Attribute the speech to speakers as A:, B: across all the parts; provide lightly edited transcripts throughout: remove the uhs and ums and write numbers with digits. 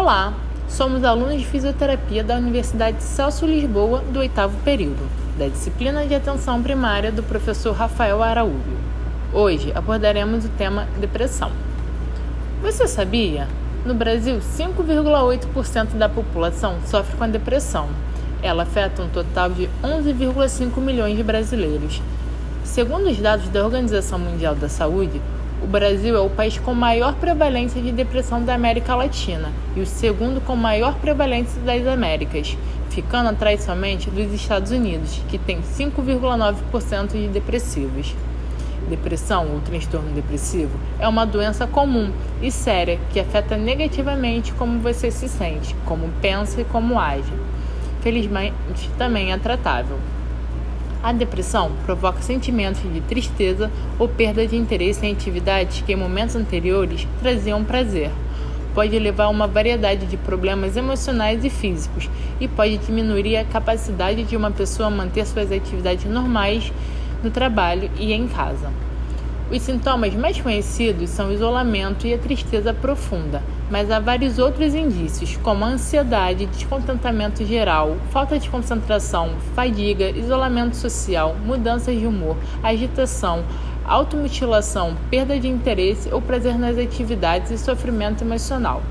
A: Olá, somos alunos de Fisioterapia da Universidade Celso Lisboa do 8º período, da disciplina de Atenção Primária do professor Rafael Araújo. Hoje abordaremos o tema depressão. Você sabia? No Brasil, 5,8% da população sofre com a depressão. Ela afeta um total de 11,5 milhões de brasileiros. Segundo os dados da Organização Mundial da Saúde, o Brasil é o país com maior prevalência de depressão da América Latina e o segundo com maior prevalência das Américas, ficando atrás somente dos Estados Unidos, que tem 5,9% de depressivos. Depressão ou transtorno depressivo é uma doença comum e séria que afeta negativamente como você se sente, como pensa e como age. Felizmente, também é tratável. A depressão provoca sentimentos de tristeza ou perda de interesse em atividades que em momentos anteriores traziam prazer. Pode levar a uma variedade de problemas emocionais e físicos e pode diminuir a capacidade de uma pessoa manter suas atividades normais no trabalho e em casa. Os sintomas mais conhecidos são o isolamento e a tristeza profunda, mas há vários outros indícios, como a ansiedade, descontentamento geral, falta de concentração, fadiga, isolamento social, mudanças de humor, agitação, automutilação, perda de interesse ou prazer nas atividades e sofrimento emocional.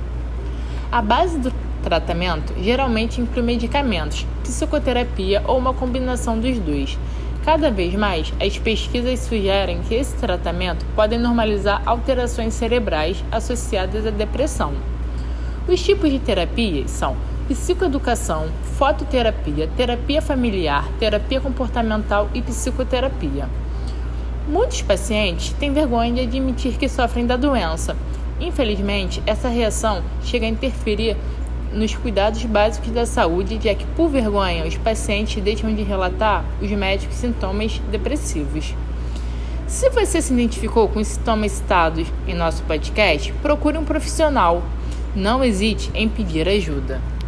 A: A base do tratamento geralmente inclui medicamentos, psicoterapia ou uma combinação dos dois. Cada vez mais, as pesquisas sugerem que esse tratamento pode normalizar alterações cerebrais associadas à depressão. Os tipos de terapias são psicoeducação, fototerapia, terapia familiar, terapia comportamental e psicoterapia. Muitos pacientes têm vergonha de admitir que sofrem da doença. Infelizmente, essa reação chega a interferir nos cuidados básicos da saúde, já que, por vergonha, os pacientes deixam de relatar os médicos sintomas depressivos. Se você se identificou com os sintomas citados em nosso podcast, procure um profissional. Não hesite em pedir ajuda.